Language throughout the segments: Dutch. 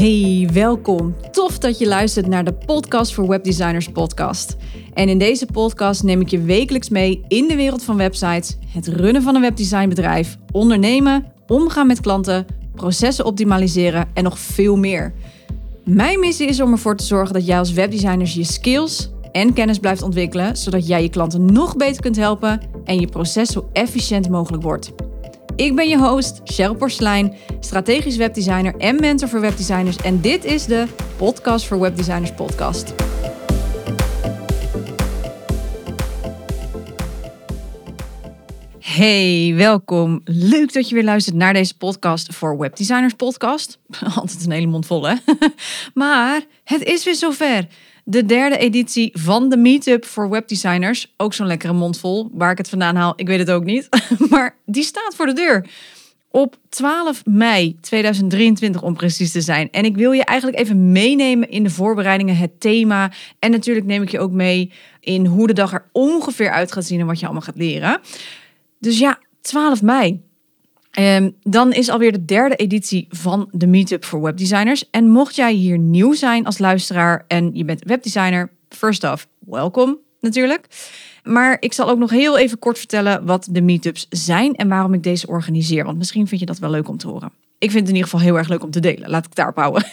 Hey, welkom. Tof dat je luistert naar de Podcast voor Webdesigners podcast. En in deze podcast neem ik je wekelijks mee in de wereld van websites, het runnen van een webdesignbedrijf, ondernemen, omgaan met klanten, processen optimaliseren en nog veel meer. Mijn missie is om ervoor te zorgen dat jij als webdesigner je skills en kennis blijft ontwikkelen, zodat jij je klanten nog beter kunt helpen en je proces zo efficiënt mogelijk wordt. Ik ben je host, Cheryl Porselein, strategisch webdesigner en mentor voor webdesigners. En dit is de Podcast voor Webdesigners podcast. Hey, welkom. Leuk dat je weer luistert naar deze podcast voor Webdesigners podcast. Altijd een hele mond vol, hè? Maar het is weer zover. De derde editie van de Meetup voor webdesigners. Ook zo'n lekkere mond vol. Waar ik het vandaan haal, ik weet het ook niet. Maar die staat voor de deur. Op 12 mei 2023 om precies te zijn. En ik wil je eigenlijk even meenemen in de voorbereidingen, het thema. En natuurlijk neem ik je ook mee in hoe de dag er ongeveer uit gaat zien en wat je allemaal gaat leren. Dus ja, 12 mei. Dan is alweer de derde editie van de Meetup voor webdesigners. En mocht jij hier nieuw zijn als luisteraar en je bent webdesigner, first off, welkom natuurlijk. Maar ik zal ook nog heel even kort vertellen wat de meetups zijn en waarom ik deze organiseer. Want misschien vind je dat wel leuk om te horen. Ik vind het in ieder geval heel erg leuk om te delen. Laat ik het daarop houden.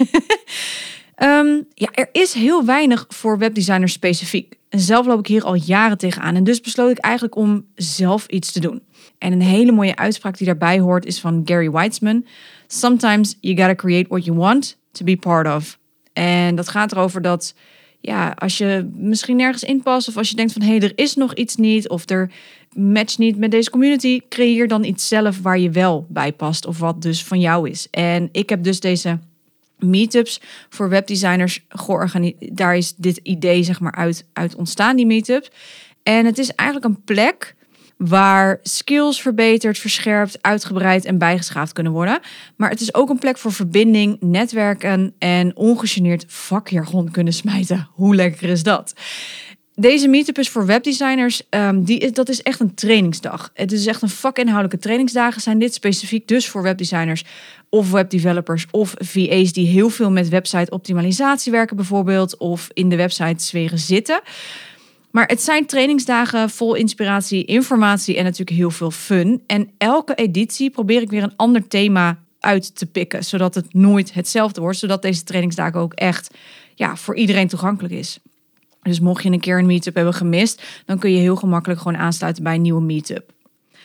Er is heel weinig voor webdesigners specifiek. En zelf loop ik hier al jaren tegenaan. En dus besloot ik eigenlijk om zelf iets te doen. En een hele mooie uitspraak die daarbij hoort is van Gary Weitzman. Sometimes you gotta create what you want to be part of. En dat gaat erover dat als je misschien nergens inpast of als je denkt van er is nog iets niet of er matcht niet met deze community, creëer dan iets zelf waar je wel bij past of wat dus van jou is. En ik heb dus deze meetups voor webdesigners georganiseerd. Daar is dit idee uit ontstaan, die meetup. En het is eigenlijk een plek waar skills verbeterd, verscherpt, uitgebreid en bijgeschaafd kunnen worden. Maar het is ook een plek voor verbinding, netwerken en ongegeneerd vakjargon kunnen smijten. Hoe lekker is dat? Deze meetup is voor webdesigners, dat is echt een trainingsdag. Het is echt een vakinhoudelijke trainingsdagen. Zijn dit specifiek dus voor webdesigners of webdevelopers of VA's die heel veel met website optimalisatie werken bijvoorbeeld of in de website sferen zitten. Maar het zijn trainingsdagen vol inspiratie, informatie en natuurlijk heel veel fun. En elke editie probeer ik weer een ander thema uit te pikken, zodat het nooit hetzelfde wordt, zodat deze trainingsdagen ook echt voor iedereen toegankelijk is. Dus mocht je een keer een meetup hebben gemist, dan kun je heel gemakkelijk gewoon aansluiten bij een nieuwe meetup.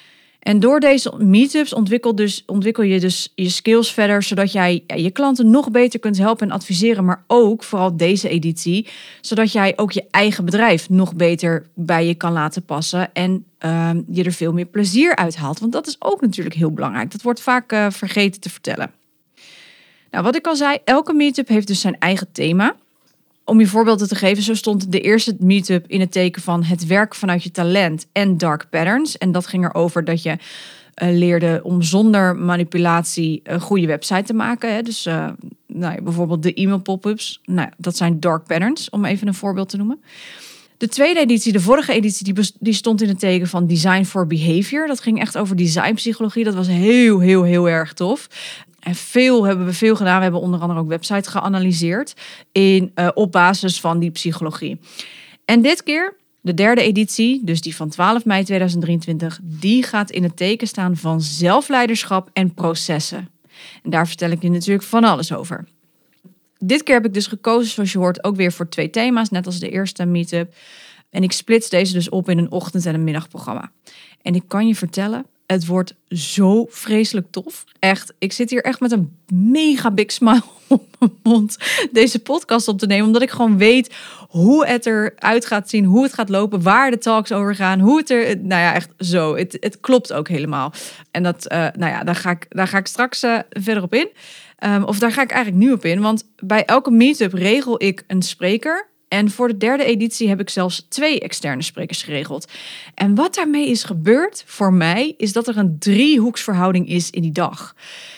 En door deze meetups ontwikkel je dus je skills verder, zodat jij je klanten nog beter kunt helpen en adviseren, maar ook, vooral deze editie, zodat jij ook je eigen bedrijf nog beter bij je kan laten passen en je er veel meer plezier uit haalt. Want dat is ook natuurlijk heel belangrijk. Dat wordt vaak vergeten te vertellen. Nou, wat ik al zei, elke meetup heeft dus zijn eigen thema. Om je voorbeelden te geven, zo stond de eerste meetup in het teken van het werk vanuit je talent en dark patterns. En dat ging erover dat je leerde om zonder manipulatie een goede website te maken. Hè. Dus bijvoorbeeld de e-mail pop-ups. Dat zijn dark patterns, om even een voorbeeld te noemen. De tweede editie, de vorige editie, die stond in het teken van Design for Behavior. Dat ging echt over designpsychologie. Dat was heel, heel, heel erg tof. En hebben we veel gedaan. We hebben onder andere ook websites geanalyseerd op basis van die psychologie. En dit keer, de derde editie, dus die van 12 mei 2023, die gaat in het teken staan van zelfleiderschap en processen. En daar vertel ik je natuurlijk van alles over. Dit keer heb ik dus gekozen, zoals je hoort, ook weer voor 2 thema's, net als de eerste meetup. En ik splits deze dus op in een ochtend- en een middagprogramma. En ik kan je vertellen, het wordt zo vreselijk tof. Echt, ik zit hier echt met een mega big smile op mijn mond deze podcast op te nemen. Omdat ik gewoon weet hoe het eruit gaat zien, hoe het gaat lopen, waar de talks over gaan. Hoe het er, echt zo. Het klopt ook helemaal. En dat, daar ga ik straks verder op in. Of daar ga ik eigenlijk nu op in. Want bij elke meetup regel ik een spreker. En voor de derde editie heb ik zelfs 2 externe sprekers geregeld. En wat daarmee is gebeurd voor mij, is dat er een driehoeksverhouding is in die dag.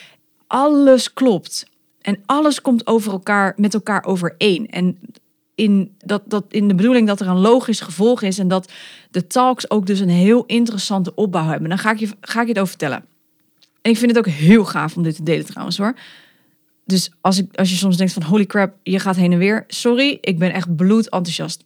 Alles klopt. En alles komt met elkaar overeen. En in de bedoeling dat er een logisch gevolg is en dat de talks ook dus een heel interessante opbouw hebben. Dan ga ik je het over vertellen. En ik vind het ook heel gaaf om dit te delen trouwens hoor. Dus als je soms denkt van holy crap, je gaat heen en weer. Sorry, ik ben echt bloedenthousiast.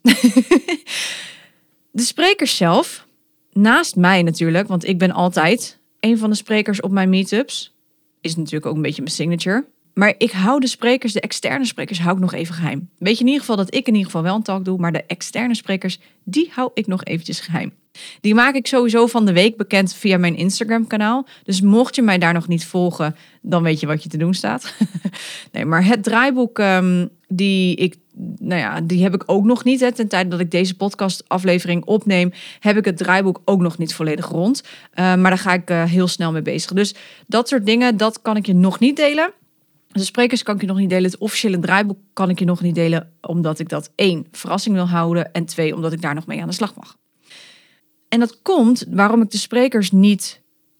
De sprekers zelf, naast mij natuurlijk, want ik ben altijd een van de sprekers op mijn meetups. Is natuurlijk ook een beetje mijn signature. Maar ik hou de externe sprekers, hou ik nog even geheim. Weet je in ieder geval dat ik in ieder geval wel een talk doe, maar de externe sprekers, die hou ik nog eventjes geheim. Die maak ik sowieso van de week bekend via mijn Instagram kanaal. Dus mocht je mij daar nog niet volgen, dan weet je wat je te doen staat. Nee, maar het draaiboek die heb ik ook nog niet. Ten tijde dat ik deze podcastaflevering opneem, heb ik het draaiboek ook nog niet volledig rond. Maar daar ga ik heel snel mee bezig. Dus dat soort dingen, dat kan ik je nog niet delen. De sprekers kan ik je nog niet delen. Het officiële draaiboek kan ik je nog niet delen, omdat ik dat 1, verrassing wil houden. En 2, omdat ik daar nog mee aan de slag mag. En dat komt waarom ik de sprekers niet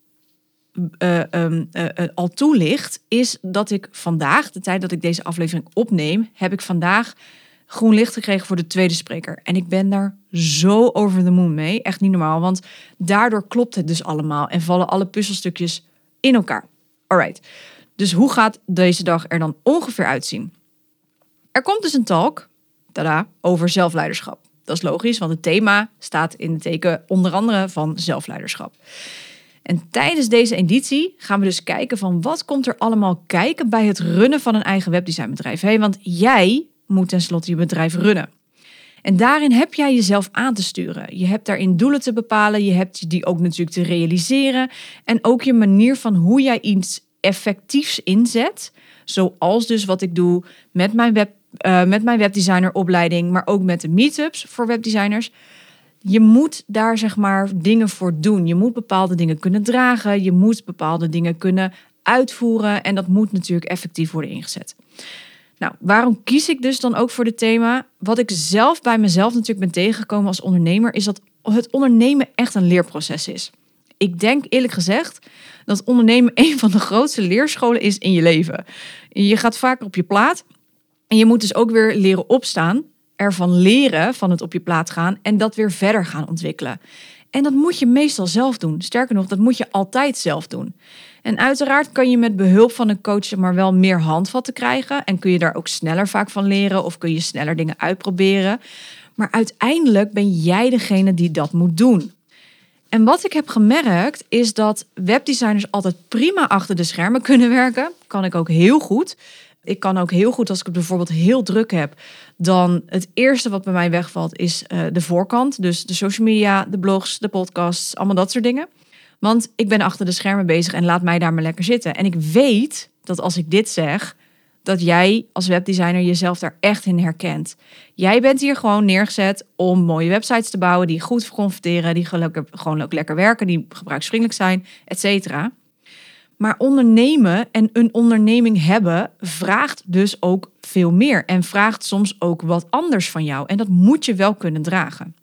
al toelicht, is dat ik vandaag, de tijd dat ik deze aflevering opneem, heb ik vandaag groen licht gekregen voor de tweede spreker. En ik ben daar zo over the moon mee. Echt niet normaal, want daardoor klopt het dus allemaal en vallen alle puzzelstukjes in elkaar. Alright. Dus hoe gaat deze dag er dan ongeveer uitzien? Er komt dus een talk, over zelfleiderschap. Dat is logisch, want het thema staat in het teken onder andere van zelfleiderschap. En tijdens deze editie gaan we dus kijken van wat komt er allemaal kijken bij het runnen van een eigen webdesignbedrijf. Want jij moet tenslotte je bedrijf runnen. En daarin heb jij jezelf aan te sturen. Je hebt daarin doelen te bepalen, je hebt die ook natuurlijk te realiseren. En ook je manier van hoe jij iets effectiefs inzet. Zoals dus wat ik doe met mijn webdesigneropleiding, maar ook met de meetups voor webdesigners. Je moet daar dingen voor doen. Je moet bepaalde dingen kunnen dragen. Je moet bepaalde dingen kunnen uitvoeren. En dat moet natuurlijk effectief worden ingezet. Nou, waarom kies ik dus dan ook voor dit thema? Wat ik zelf bij mezelf natuurlijk ben tegengekomen als ondernemer, is dat het ondernemen echt een leerproces is. Ik denk eerlijk gezegd dat ondernemen een van de grootste leerscholen is in je leven. Je gaat vaker op je plaat. En je moet dus ook weer leren opstaan, ervan leren van het op je plaat gaan en dat weer verder gaan ontwikkelen. En dat moet je meestal zelf doen. Sterker nog, dat moet je altijd zelf doen. En uiteraard kan je met behulp van een coach maar wel meer handvatten krijgen en kun je daar ook sneller vaak van leren of kun je sneller dingen uitproberen. Maar uiteindelijk ben jij degene die dat moet doen. En wat ik heb gemerkt is dat webdesigners altijd prima achter de schermen kunnen werken. Kan ik ook heel goed. Ik kan ook heel goed als ik het bijvoorbeeld heel druk heb. Dan het eerste wat bij mij wegvalt is de voorkant. Dus de social media, de blogs, de podcasts, allemaal dat soort dingen. Want ik ben achter de schermen bezig en laat mij daar maar lekker zitten. En ik weet dat als ik dit zeg, dat jij als webdesigner jezelf daar echt in herkent. Jij bent hier gewoon neergezet om mooie websites te bouwen die goed converteren, die gewoon ook lekker werken, die gebruiksvriendelijk zijn, et cetera. Maar ondernemen en een onderneming hebben vraagt dus ook veel meer. En vraagt soms ook wat anders van jou. En dat moet je wel kunnen dragen.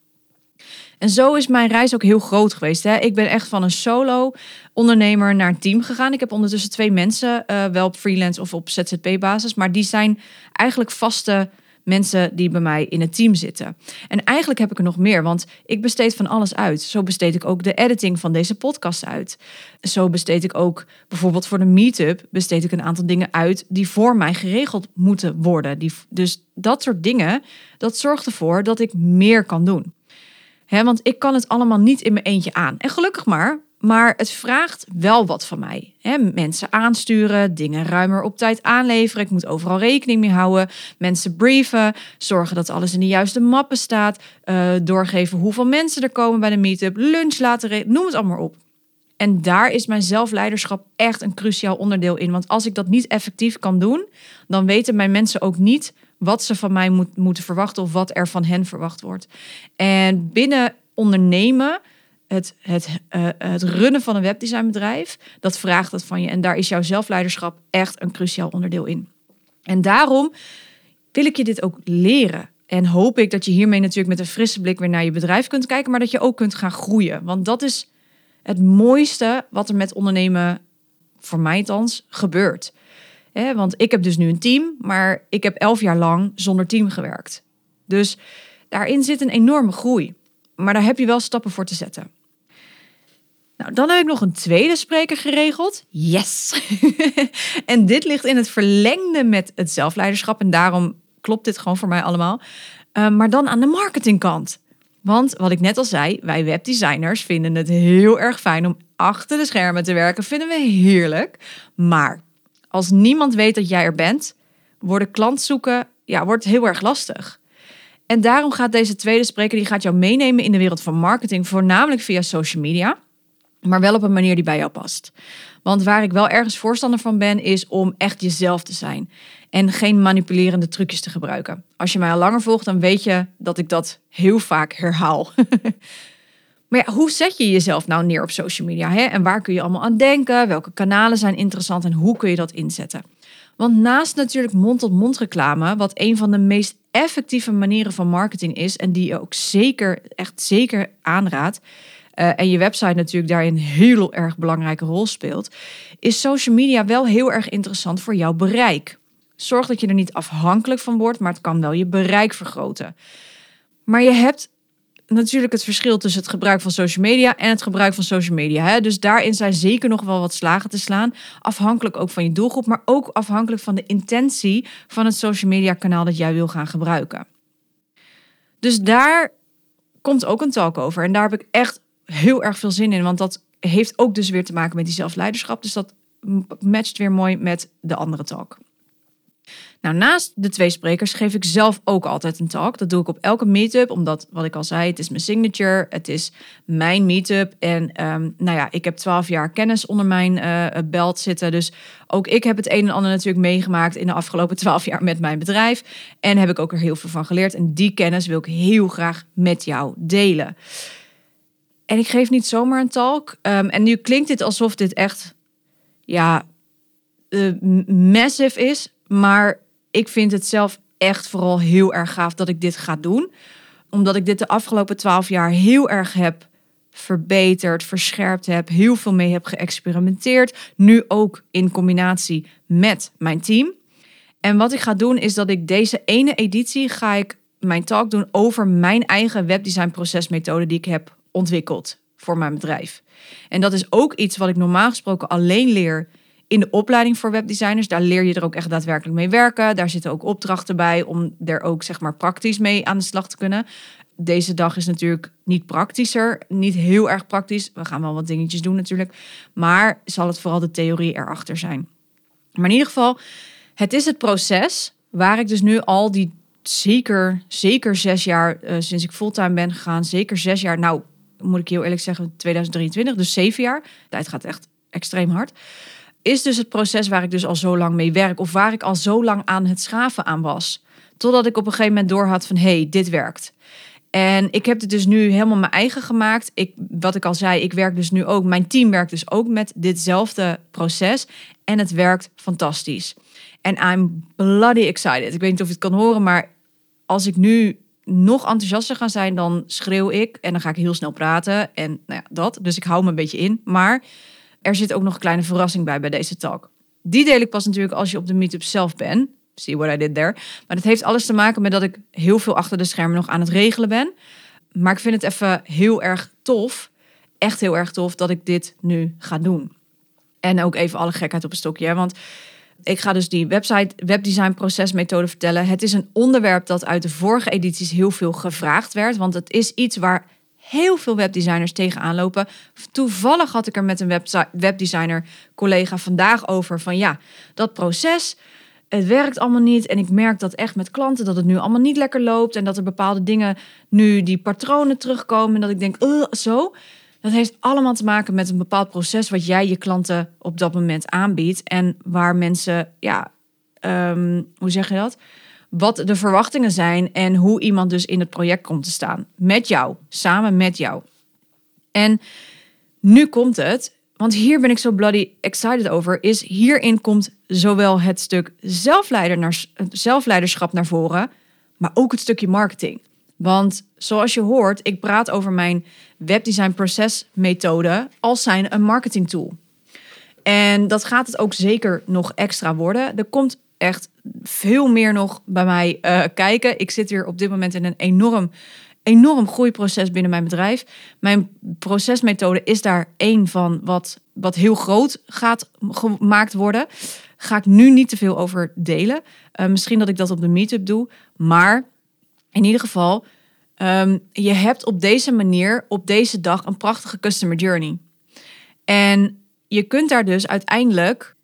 En zo is mijn reis ook heel groot geweest. Ik ben echt van een solo ondernemer naar een team gegaan. Ik heb ondertussen 2 mensen, wel op freelance of op ZZP-basis. Maar die zijn eigenlijk vaste mensen die bij mij in het team zitten. En eigenlijk heb ik er nog meer, want ik besteed van alles uit. Zo besteed ik ook de editing van deze podcast uit. Zo besteed ik ook bijvoorbeeld voor de meetup besteed ik een aantal dingen uit die voor mij geregeld moeten worden. Dus dat soort dingen, dat zorgt ervoor dat ik meer kan doen. Want ik kan het allemaal niet in mijn eentje aan. En gelukkig maar het vraagt wel wat van mij. Mensen aansturen, dingen ruimer op tijd aanleveren. Ik moet overal rekening mee houden. Mensen brieven, zorgen dat alles in de juiste mappen staat. Doorgeven hoeveel mensen er komen bij de meetup. Lunch laten, noem het allemaal op. En daar is mijn zelfleiderschap echt een cruciaal onderdeel in. Want als ik dat niet effectief kan doen, dan weten mijn mensen ook niet wat ze van mij moeten verwachten of wat er van hen verwacht wordt. En binnen ondernemen, het runnen van een webdesignbedrijf, dat vraagt dat van je. En daar is jouw zelfleiderschap echt een cruciaal onderdeel in. En daarom wil ik je dit ook leren. En hoop ik dat je hiermee natuurlijk met een frisse blik weer naar je bedrijf kunt kijken, maar dat je ook kunt gaan groeien. Want dat is het mooiste wat er met ondernemen, voor mij althans, gebeurt. Want ik heb dus nu een team, maar ik heb 11 jaar lang zonder team gewerkt. Dus daarin zit een enorme groei. Maar daar heb je wel stappen voor te zetten. Nou, dan heb ik nog een tweede spreker geregeld. Yes! En dit ligt in het verlengde met het zelfleiderschap. En daarom klopt dit gewoon voor mij allemaal. Maar dan aan de marketingkant. Want wat ik net al zei, wij webdesigners vinden het heel erg fijn om achter de schermen te werken. Vinden we heerlijk. Maar als niemand weet dat jij er bent, wordt klant zoeken, wordt heel erg lastig. En daarom gaat deze tweede spreker, die gaat jou meenemen in de wereld van marketing, voornamelijk via social media, maar wel op een manier die bij jou past. Want waar ik wel ergens voorstander van ben, is om echt jezelf te zijn en geen manipulerende trucjes te gebruiken. Als je mij al langer volgt, dan weet je dat ik dat heel vaak herhaal. Maar hoe zet je jezelf nou neer op social media? Hè? En waar kun je allemaal aan denken? Welke kanalen zijn interessant en hoe kun je dat inzetten? Want naast natuurlijk mond-tot-mond reclame, wat een van de meest effectieve manieren van marketing is en die je ook zeker aanraadt, en je website natuurlijk daarin een heel erg belangrijke rol speelt, is social media wel heel erg interessant voor jouw bereik. Zorg dat je er niet afhankelijk van wordt, maar het kan wel je bereik vergroten. Maar je hebt natuurlijk het verschil tussen het gebruik van social media en het gebruik van social media. Hè? Dus daarin zijn zeker nog wel wat slagen te slaan. Afhankelijk ook van je doelgroep, maar ook afhankelijk van de intentie van het social media kanaal dat jij wil gaan gebruiken. Dus daar komt ook een talk over. En daar heb ik echt heel erg veel zin in, want dat heeft ook dus weer te maken met die zelfleiderschap. Dus dat matcht weer mooi met de andere talk. Nou, naast de 2 sprekers geef ik zelf ook altijd een talk. Dat doe ik op elke meetup, omdat, wat ik al zei, het is mijn signature. Het is mijn meetup. En ik heb 12 jaar kennis onder mijn belt zitten. Dus ook ik heb het een en ander natuurlijk meegemaakt in de afgelopen 12 jaar met mijn bedrijf. En heb ik ook er heel veel van geleerd. En die kennis wil ik heel graag met jou delen. En ik geef niet zomaar een talk. En nu klinkt dit alsof dit echt massive is. Maar ik vind het zelf echt vooral heel erg gaaf dat ik dit ga doen. Omdat ik dit de afgelopen 12 jaar heel erg heb verbeterd, verscherpt heb. Heel veel mee heb geëxperimenteerd. Nu ook in combinatie met mijn team. En wat ik ga doen is dat ik deze ene editie ga ik mijn talk doen over mijn eigen webdesign procesmethode die ik heb ontwikkeld voor mijn bedrijf. En dat is ook iets wat ik normaal gesproken alleen leer in de opleiding voor webdesigners. Daar leer je er ook echt daadwerkelijk mee werken. Daar zitten ook opdrachten bij om er ook praktisch mee aan de slag te kunnen. Deze dag is natuurlijk niet praktischer, niet heel erg praktisch. We gaan wel wat dingetjes doen natuurlijk. Maar zal het vooral de theorie erachter zijn. Maar in ieder geval, het is het proces waar ik dus nu al die zeker 6 jaar, sinds ik fulltime ben gegaan, zeker 6 jaar, nou moet ik heel eerlijk zeggen, 2023, dus 7 jaar. De tijd gaat echt extreem hard. Is dus het proces waar ik dus al zo lang mee werk. Of waar ik al zo lang aan het schaven aan was. Totdat ik op een gegeven moment doorhad van, hey, dit werkt. En ik heb het dus nu helemaal mijn eigen gemaakt. Wat ik al zei, ik werk dus nu ook. Mijn team werkt dus ook met ditzelfde proces. En het werkt fantastisch. En I'm bloody excited. Ik weet niet of je het kan horen, maar als ik nu nog enthousiaster ga zijn, dan schreeuw ik. En dan ga ik heel snel praten. En dat. Dus ik hou me een beetje in. Maar er zit ook nog een kleine verrassing bij deze talk. Die deel ik pas natuurlijk als je op de meetup zelf bent. See what I did there. Maar dat heeft alles te maken met dat ik heel veel achter de schermen nog aan het regelen ben. Maar ik vind het even heel erg tof. Echt heel erg tof dat ik dit nu ga doen. En ook even alle gekheid op een stokje. Want ik ga dus die webdesign procesmethode vertellen. Het is een onderwerp dat uit de vorige edities heel veel gevraagd werd. Want het is iets waar heel veel webdesigners tegenaan lopen. Toevallig had ik er met een webdesigner collega vandaag over van dat proces, het werkt allemaal niet. En ik merk dat echt met klanten dat het nu allemaal niet lekker loopt. En dat er bepaalde dingen nu die patronen terugkomen. En dat ik denk, zo. Dat heeft allemaal te maken met een bepaald proces wat jij je klanten op dat moment aanbiedt. En waar mensen, hoe zeg je dat? Wat de verwachtingen zijn en hoe iemand dus in het project komt te staan. Met jou, samen met jou. En nu komt het, want hier ben ik zo bloody excited over, is hierin komt zowel het stuk zelfleiderschap naar voren, maar ook het stukje marketing. Want zoals je hoort, ik praat over mijn webdesign procesmethode als zijn een marketing tool. En dat gaat het ook zeker nog extra worden. Er komt echt veel meer nog bij mij kijken. Ik zit weer op dit moment in een enorm enorm groeiproces binnen mijn bedrijf. Mijn procesmethode is daar één van wat heel groot gaat gemaakt worden. Ga ik nu niet te veel over delen. Misschien dat ik dat op de meetup doe. Maar in ieder geval, je hebt op deze manier, op deze dag, een prachtige customer journey. En je kunt daar dus uiteindelijk,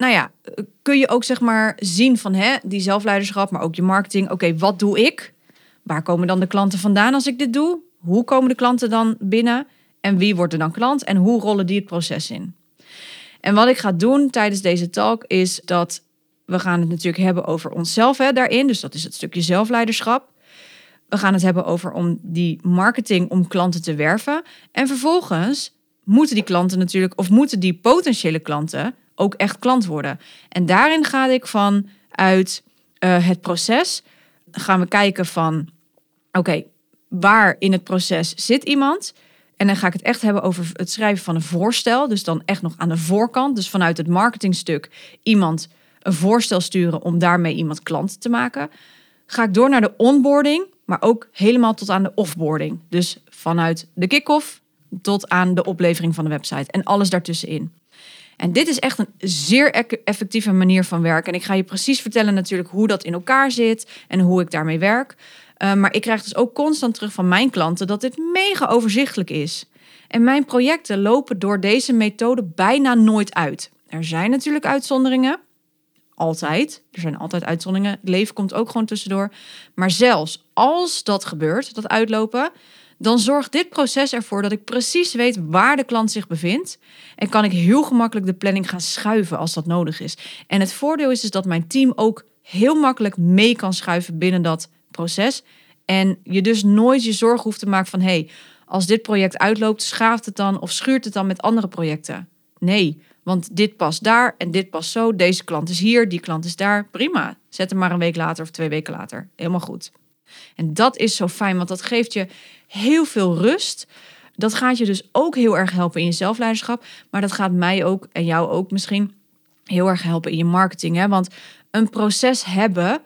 kun je ook zeg maar zien van die zelfleiderschap, maar ook je marketing. Oké, wat doe ik? Waar komen dan de klanten vandaan als ik dit doe? Hoe komen de klanten dan binnen? En wie wordt er dan klant? En hoe rollen die het proces in? En wat ik ga doen tijdens deze talk is dat we gaan het natuurlijk hebben over onszelf daarin. Dus dat is het stukje zelfleiderschap. We gaan het hebben over om die marketing om klanten te werven. En vervolgens moeten die klanten natuurlijk, of moeten die potentiële klanten ook echt klant worden. En daarin ga ik vanuit het proces, gaan we kijken van, oké, waar in het proces zit iemand? En dan ga ik het echt hebben over het schrijven van een voorstel. Dus dan echt nog aan de voorkant. Dus vanuit het marketingstuk iemand een voorstel sturen om daarmee iemand klant te maken. Ga ik door naar de onboarding, maar ook helemaal tot aan de offboarding. Dus vanuit de kick-off tot aan de oplevering van de website en alles daartussenin. En dit is echt een zeer effectieve manier van werken. En ik ga je precies vertellen natuurlijk hoe dat in elkaar zit en hoe ik daarmee werk. Maar ik krijg dus ook constant terug van mijn klanten dat dit mega overzichtelijk is. En mijn projecten lopen door deze methode bijna nooit uit. Er zijn natuurlijk uitzonderingen. Altijd. Er zijn altijd uitzonderingen. Het leven komt ook gewoon tussendoor. Maar zelfs als dat gebeurt, dat uitlopen, dan zorgt dit proces ervoor dat ik precies weet waar de klant zich bevindt. En kan ik heel gemakkelijk de planning gaan schuiven als dat nodig is. En het voordeel is dus dat mijn team ook heel makkelijk mee kan schuiven binnen dat proces. En je dus nooit je zorgen hoeft te maken van, als dit project uitloopt, schaaft het dan of schuurt het dan met andere projecten? Nee, want dit past daar en dit past zo. Deze klant is hier, die klant is daar. Prima, zet hem maar een week later of 2 weken later. Helemaal goed. En dat is zo fijn, want dat geeft je heel veel rust. Dat gaat je dus ook heel erg helpen in je zelfleiderschap. Maar dat gaat mij ook en jou ook misschien heel erg helpen in je marketing. Hè? Want een proces hebben,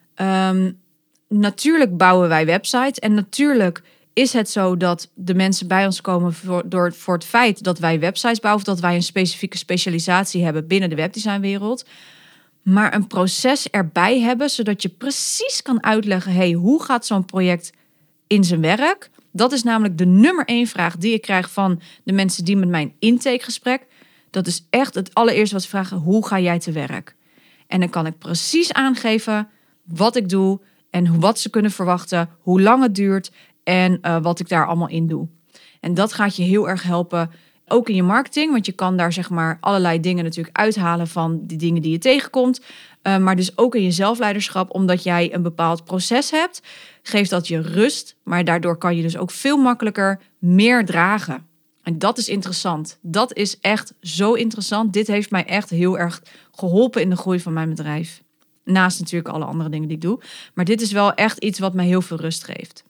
natuurlijk bouwen wij websites. En natuurlijk is het zo dat de mensen bij ons komen voor het feit dat wij websites bouwen. Of dat wij een specifieke specialisatie hebben binnen de webdesignwereld. Maar een proces erbij hebben, zodat je precies kan uitleggen, hoe gaat zo'n project in zijn werk? Dat is namelijk de nummer 1 vraag die ik krijg van de mensen die met mijn intakegesprek. Dat is echt het allereerste wat ze vragen, hoe ga jij te werk? En dan kan ik precies aangeven wat ik doe en wat ze kunnen verwachten, hoe lang het duurt en wat ik daar allemaal in doe. En dat gaat je heel erg helpen, ook in je marketing, want je kan daar zeg maar allerlei dingen natuurlijk uithalen van die dingen die je tegenkomt. Maar dus ook in je zelfleiderschap, omdat jij een bepaald proces hebt, geeft dat je rust. Maar daardoor kan je dus ook veel makkelijker meer dragen. En dat is interessant. Dat is echt zo interessant. Dit heeft mij echt heel erg geholpen in de groei van mijn bedrijf. Naast natuurlijk alle andere dingen die ik doe. Maar dit is wel echt iets wat mij heel veel rust geeft.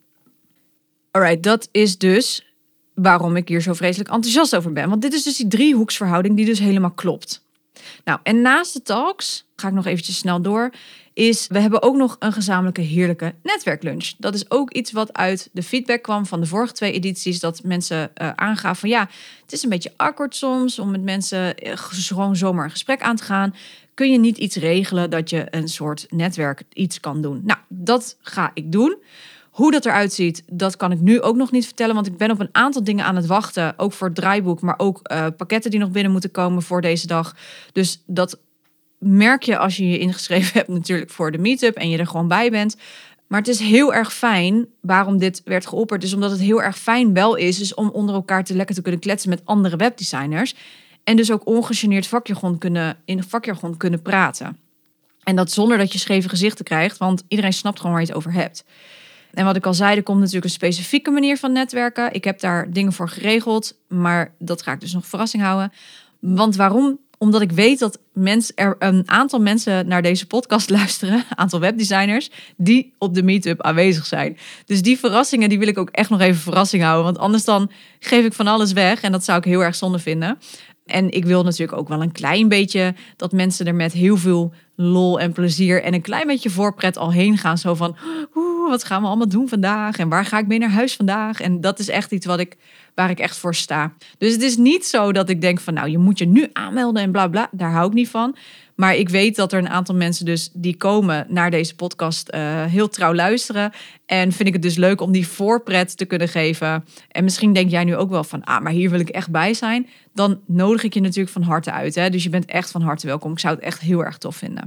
Alright, dat is dus waarom ik hier zo vreselijk enthousiast over ben. Want dit is dus die driehoeksverhouding die dus helemaal klopt. Nou, en naast de talks, ga ik nog eventjes snel door, we hebben ook nog een gezamenlijke heerlijke netwerklunch. Dat is ook iets wat uit de feedback kwam van de vorige 2 edities, dat mensen aangaven van het is een beetje awkward soms om met mensen gewoon zomaar een gesprek aan te gaan. Kun je niet iets regelen dat je een soort netwerk iets kan doen? Nou, dat ga ik doen. Hoe dat eruit ziet, dat kan ik nu ook nog niet vertellen. Want ik ben op een aantal dingen aan het wachten. Ook voor het draaiboek, maar ook pakketten die nog binnen moeten komen voor deze dag. Dus dat merk je als je je ingeschreven hebt natuurlijk voor de meetup en je er gewoon bij bent. Maar het is heel erg fijn, waarom dit werd geopperd, is omdat het heel erg fijn wel is om onder elkaar lekker te kunnen kletsen met andere webdesigners. En dus ook ongegeneerd in vakjargon kunnen praten. En dat zonder dat je scheve gezichten krijgt, want iedereen snapt gewoon waar je het over hebt. En wat ik al zei, er komt natuurlijk een specifieke manier van netwerken. Ik heb daar dingen voor geregeld, maar dat ga ik dus nog verrassing houden. Want waarom? Omdat ik weet dat er een aantal mensen naar deze podcast luisteren, een aantal webdesigners, die op de meetup aanwezig zijn. Dus die verrassingen, die wil ik ook echt nog even verrassing houden. Want anders dan geef ik van alles weg en dat zou ik heel erg zonde vinden. En ik wil natuurlijk ook wel een klein beetje dat mensen er met heel veel lol en plezier en een klein beetje voorpret al heen gaan. Zo van, wat gaan we allemaal doen vandaag? En waar ga ik mee naar huis vandaag? En dat is echt iets waar ik echt voor sta. Dus het is niet zo dat ik denk van, nou, je moet je nu aanmelden en bla bla. Daar hou ik niet van. Maar ik weet dat er een aantal mensen dus die komen naar deze podcast heel trouw luisteren. En vind ik het dus leuk om die voorpret te kunnen geven. En misschien denk jij nu ook wel van, maar hier wil ik echt bij zijn. Dan nodig ik je natuurlijk van harte uit. Hè? Dus je bent echt van harte welkom. Ik zou het echt heel erg tof vinden.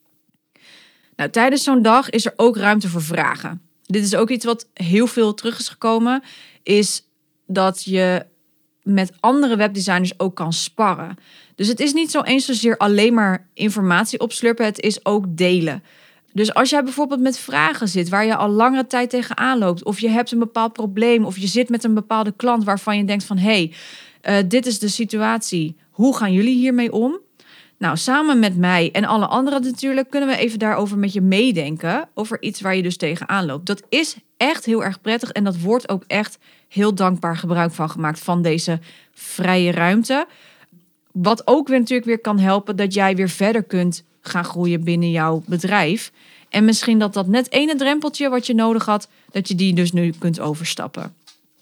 Nou, tijdens zo'n dag is er ook ruimte voor vragen. Dit is ook iets wat heel veel terug is gekomen. Is dat je met andere webdesigners ook kan sparren. Dus het is niet zo eens zozeer alleen maar informatie opslurpen. Het is ook delen. Dus als jij bijvoorbeeld met vragen zit waar je al langere tijd tegenaan loopt, of je hebt een bepaald probleem, of je zit met een bepaalde klant waarvan je denkt van, hey, dit is de situatie. Hoe gaan jullie hiermee om? Nou, samen met mij en alle anderen natuurlijk kunnen we even daarover met je meedenken. Over iets waar je dus tegenaan loopt. Dat is echt heel erg prettig en dat wordt ook echt heel dankbaar gebruik van gemaakt van deze vrije ruimte. Wat ook weer natuurlijk weer kan helpen dat jij weer verder kunt gaan groeien binnen jouw bedrijf. En misschien dat net ene drempeltje wat je nodig had, dat je die dus nu kunt overstappen.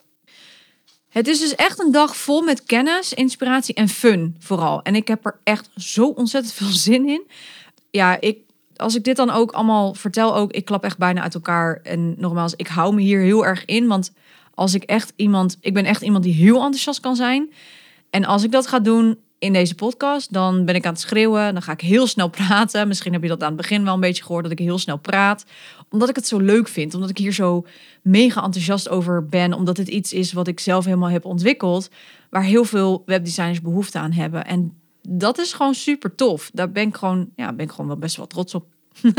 Het is dus echt een dag vol met kennis, inspiratie en fun vooral. En ik heb er echt zo ontzettend veel zin in. Ja, als ik dit dan ook allemaal vertel, ik klap echt bijna uit elkaar. En nogmaals, ik hou me hier heel erg in. Want ik ben echt iemand die heel enthousiast kan zijn. En als ik dat ga doen in deze podcast, dan ben ik aan het schreeuwen. Dan ga ik heel snel praten. Misschien heb je dat aan het begin wel een beetje gehoord, dat ik heel snel praat. Omdat ik het zo leuk vind. Omdat ik hier zo mega enthousiast over ben. Omdat het iets is wat ik zelf helemaal heb ontwikkeld. Waar heel veel webdesigners behoefte aan hebben. En dat is gewoon super tof. Daar ben ik gewoon wel best wel trots op.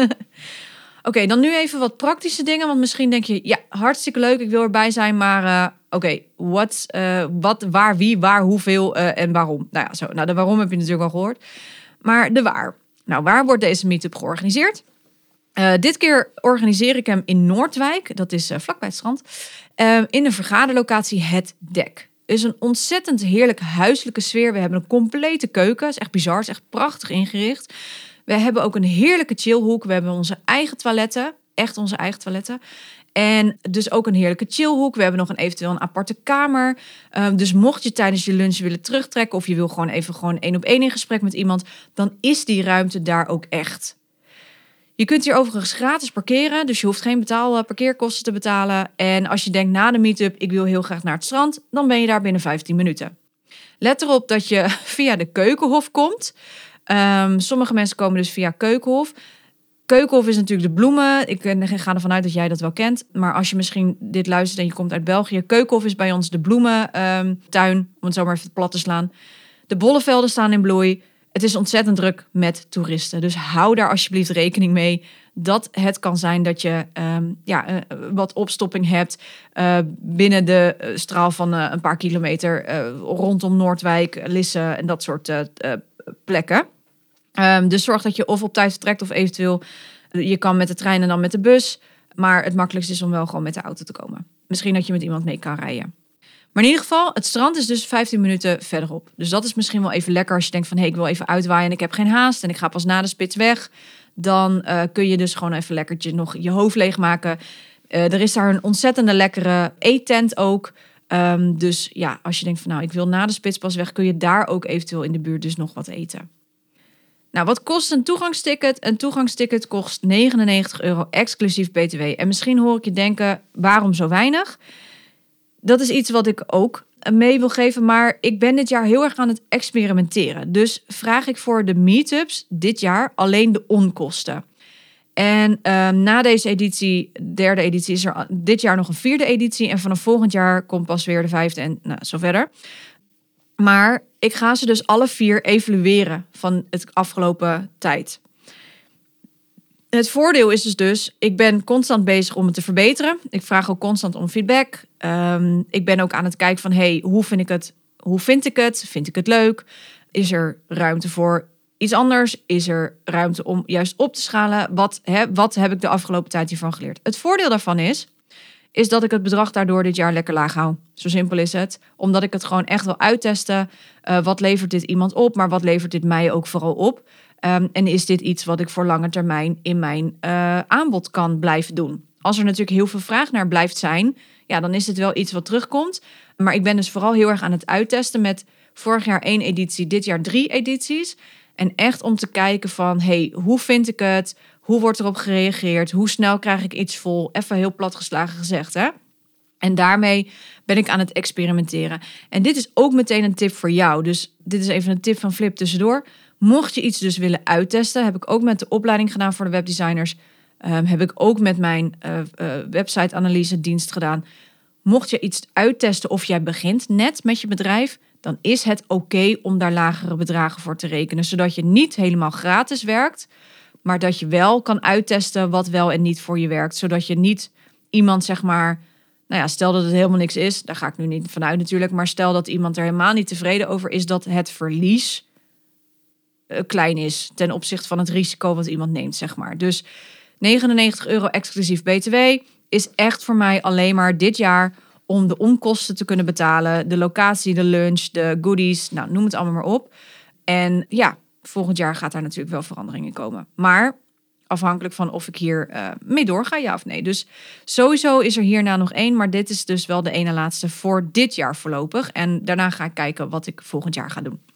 Oké, dan nu even wat praktische dingen. Want misschien denk je, ja, hartstikke leuk, ik wil erbij zijn. Maar wat, waar, wie, waar, hoeveel en waarom? Nou, de waarom heb je natuurlijk al gehoord. Maar de waar. Nou, waar wordt deze meetup georganiseerd? Dit keer organiseer ik hem in Noordwijk. Dat is vlakbij het strand. In de vergaderlocatie Het Dek. Het is een ontzettend heerlijke huiselijke sfeer. We hebben een complete keuken. Het is echt bizar. Het is echt prachtig ingericht. We hebben ook een heerlijke chillhoek. We hebben onze eigen toiletten. Echt onze eigen toiletten. En dus ook een heerlijke chillhoek. We hebben nog eventueel een aparte kamer. Dus mocht je tijdens je lunch willen terugtrekken, of je wil gewoon even 1-op-1 in gesprek met iemand, dan is die ruimte daar ook echt. Je kunt hier overigens gratis parkeren. Dus je hoeft geen parkeerkosten te betalen. En als je denkt na de meetup, ik wil heel graag naar het strand, dan ben je daar binnen 15 minuten. Let erop dat je via de Keukenhof komt. Sommige mensen komen dus via Keukenhof. Keukenhof is natuurlijk de bloemen. Ik ga ervan uit dat jij dat wel kent. Maar als je misschien dit luistert en je komt uit België. Keukenhof is bij ons de bloementuin. Om het zo maar even plat te slaan. De bollevelden staan in bloei. Het is ontzettend druk met toeristen. Dus hou daar alsjeblieft rekening mee. Dat het kan zijn dat je wat opstopping hebt. Binnen de straal van een paar kilometer. Rondom Noordwijk, Lisse en dat soort plekken. Dus zorg dat je of op tijd vertrekt of eventueel je kan met de trein en dan met de bus. Maar het makkelijkste is om wel gewoon met de auto te komen. Misschien dat je met iemand mee kan rijden. Maar in ieder geval, het strand is dus 15 minuten verderop. Dus dat is misschien wel even lekker als je denkt van, ik wil even uitwaaien en ik heb geen haast en ik ga pas na de spits weg. Dan kun je dus gewoon even lekkertje nog je hoofd leegmaken. Er is daar een ontzettende lekkere eettent ook. Dus ja, als je denkt van, ik wil na de spits pas weg, kun je daar ook eventueel in de buurt dus nog wat eten. Nou, wat kost een toegangsticket? Een toegangsticket kost €99 exclusief BTW. En misschien hoor ik je denken, waarom zo weinig? Dat is iets wat ik ook mee wil geven, maar ik ben dit jaar heel erg aan het experimenteren. Dus vraag ik voor de meetups dit jaar alleen de onkosten. En na deze editie, derde editie, is er dit jaar nog een 4e editie. En vanaf volgend jaar komt pas weer de 5e en zo verder. Maar ik ga ze dus alle 4 evalueren van het afgelopen tijd. Het voordeel is dus, ik ben constant bezig om het te verbeteren. Ik vraag ook constant om feedback. Ik ben ook aan het kijken van, hoe vind ik het? Hoe vind ik het? Vind ik het leuk? Is er ruimte voor iets anders? Is er ruimte om juist op te schalen? Wat heb ik de afgelopen tijd hiervan geleerd? Het voordeel daarvan is dat ik het bedrag daardoor dit jaar lekker laag hou. Zo simpel is het. Omdat ik het gewoon echt wil uittesten. Wat levert dit iemand op? Maar wat levert dit mij ook vooral op? En is dit iets wat ik voor lange termijn in mijn aanbod kan blijven doen? Als er natuurlijk heel veel vraag naar blijft zijn, ja, dan is het wel iets wat terugkomt. Maar ik ben dus vooral heel erg aan het uittesten met vorig jaar 1 editie, dit jaar 3 edities. En echt om te kijken van, hoe vind ik het? Hoe wordt erop gereageerd? Hoe snel krijg ik iets vol? Even heel platgeslagen gezegd, hè? En daarmee ben ik aan het experimenteren. En dit is ook meteen een tip voor jou. Dus dit is even een tip van Flip tussendoor. Mocht je iets dus willen uittesten, heb ik ook met de opleiding gedaan voor de webdesigners. Heb ik ook met mijn website-analyse dienst gedaan. Mocht je iets uittesten of jij begint net met je bedrijf, dan is het oké om daar lagere bedragen voor te rekenen. Zodat je niet helemaal gratis werkt, maar dat je wel kan uittesten wat wel en niet voor je werkt. Zodat je niet iemand, zeg maar, nou ja, stel dat het helemaal niks is, daar ga ik nu niet vanuit natuurlijk, maar stel dat iemand er helemaal niet tevreden over is dat het verlies klein is ten opzichte van het risico wat iemand neemt, zeg maar. Dus €99 exclusief BTW is echt voor mij alleen maar dit jaar om de onkosten te kunnen betalen. De locatie, de lunch, de goodies, nou noem het allemaal maar op. En ja, volgend jaar gaat daar natuurlijk wel verandering in komen. Maar afhankelijk van of ik hier mee doorga, ja of nee. Dus sowieso is er hierna nog 1, maar dit is dus wel de ene laatste voor dit jaar voorlopig. En daarna ga ik kijken wat ik volgend jaar ga doen.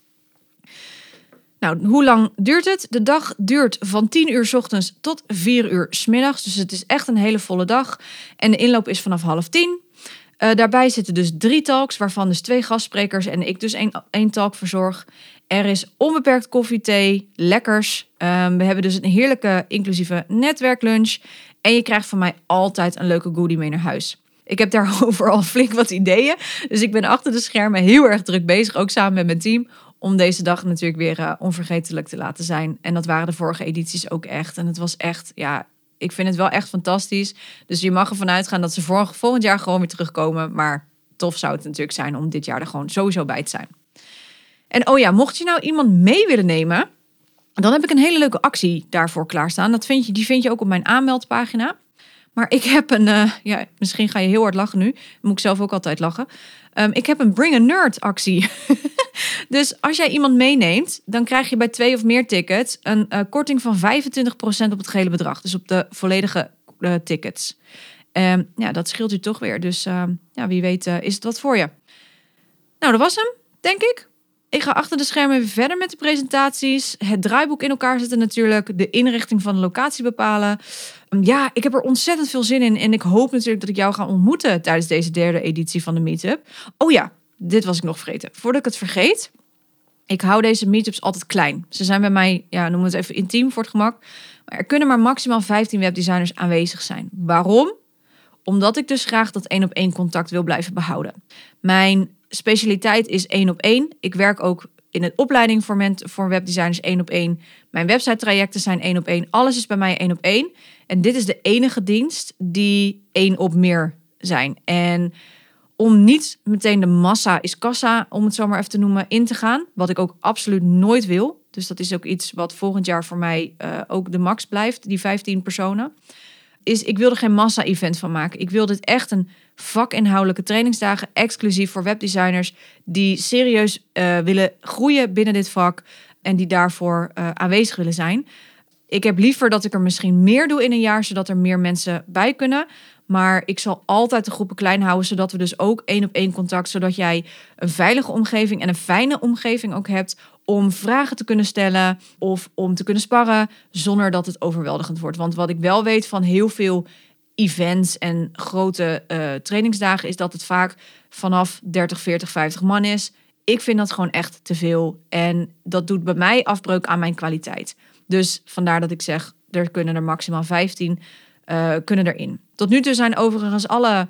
Nou, hoe lang duurt het? De dag duurt van 10 uur 's ochtends tot 4 uur 's middags. Dus het is echt een hele volle dag. En de inloop is vanaf 9:30. Daarbij zitten dus 3 talks, waarvan dus 2 gastsprekers en ik dus één talk verzorg. Er is onbeperkt koffie, thee, lekkers. We hebben dus een heerlijke inclusieve netwerklunch. En je krijgt van mij altijd een leuke goodie mee naar huis. Ik heb daarover al flink wat ideeën. Dus ik ben achter de schermen heel erg druk bezig, ook samen met mijn team, om deze dag natuurlijk weer onvergetelijk te laten zijn. En dat waren de vorige edities ook echt. En het was echt, ja, ik vind het wel echt fantastisch. Dus je mag ervan uitgaan dat ze volgend jaar gewoon weer terugkomen. Maar tof zou het natuurlijk zijn om dit jaar er gewoon sowieso bij te zijn. En oh ja, mocht je nou iemand mee willen nemen, dan heb ik een hele leuke actie daarvoor klaarstaan. Die vind je ook op mijn aanmeldpagina. Maar ik heb misschien ga je heel hard lachen nu. Moet ik zelf ook altijd lachen. Ik heb een Bring a Nerd actie. Dus als jij iemand meeneemt, dan krijg je bij 2 of meer tickets een korting van 25% op het gehele bedrag. Dus op de volledige tickets. Ja, dat scheelt u toch weer. Dus wie weet is het wat voor je. Nou, dat was hem, denk ik. Ik ga achter de schermen weer verder met de presentaties. Het draaiboek in elkaar zetten natuurlijk. De inrichting van de locatie bepalen. Ja, ik heb er ontzettend veel zin in. En ik hoop natuurlijk dat ik jou ga ontmoeten tijdens deze 3e editie van de meetup. Oh ja, dit was ik nog vergeten. Voordat ik het vergeet. Ik hou deze meetups altijd klein. Ze zijn bij mij, noemen we het even intiem voor het gemak. Maar er kunnen maar maximaal 15 webdesigners aanwezig zijn. Waarom? Omdat ik dus graag dat 1-op-1 contact wil blijven behouden. Mijn specialiteit is 1-op-1. Ik werk ook in een opleiding voor webdesigners 1-op-1. Mijn website trajecten zijn 1-op-1. Alles is bij mij 1-op-1. En dit is de enige dienst die 1 op meer zijn. En om niet meteen de massa is kassa, om het zo maar even te noemen, in te gaan. Wat ik ook absoluut nooit wil. Dus dat is ook iets wat volgend jaar voor mij ook de max blijft. Die 15 personen. Ik wil er geen massa-event van maken. Ik wil dit echt een vakinhoudelijke trainingsdagen exclusief voor webdesigners die serieus willen groeien binnen dit vak en die daarvoor aanwezig willen zijn. Ik heb liever dat ik er misschien meer doe in een jaar, zodat er meer mensen bij kunnen. Maar ik zal altijd de groepen klein houden, zodat we dus ook 1-op-1 contact, zodat jij een veilige omgeving en een fijne omgeving ook hebt om vragen te kunnen stellen of om te kunnen sparren zonder dat het overweldigend wordt. Want wat ik wel weet van heel veel events en grote trainingsdagen is dat het vaak vanaf 30, 40, 50 man is. Ik vind dat gewoon echt te veel en dat doet bij mij afbreuk aan mijn kwaliteit. Dus vandaar dat ik zeg, er kunnen er maximaal 15 kunnen erin. Tot nu toe zijn overigens alle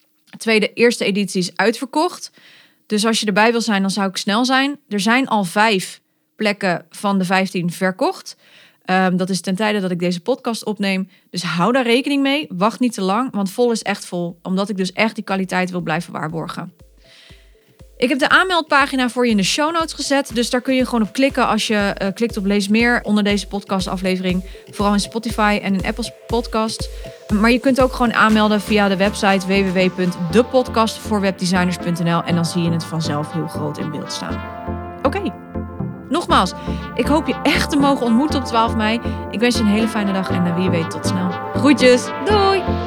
eerste edities uitverkocht. Dus als je erbij wil zijn, dan zou ik snel zijn. Er zijn al 5 plekken van de 15 verkocht. Dat is ten tijde dat ik deze podcast opneem. Dus hou daar rekening mee. Wacht niet te lang, want vol is echt vol. Omdat ik dus echt die kwaliteit wil blijven waarborgen. Ik heb de aanmeldpagina voor je in de show notes gezet. Dus daar kun je gewoon op klikken als je klikt op lees meer onder deze podcastaflevering. Vooral in Spotify en in Apple Podcasts. Maar je kunt ook gewoon aanmelden via de website www.depodcastvoorwebdesigners.nl en dan zie je het vanzelf heel groot in beeld staan. Oké. Nogmaals, ik hoop je echt te mogen ontmoeten op 12 mei. Ik wens je een hele fijne dag en wie weet tot snel. Groetjes, doei!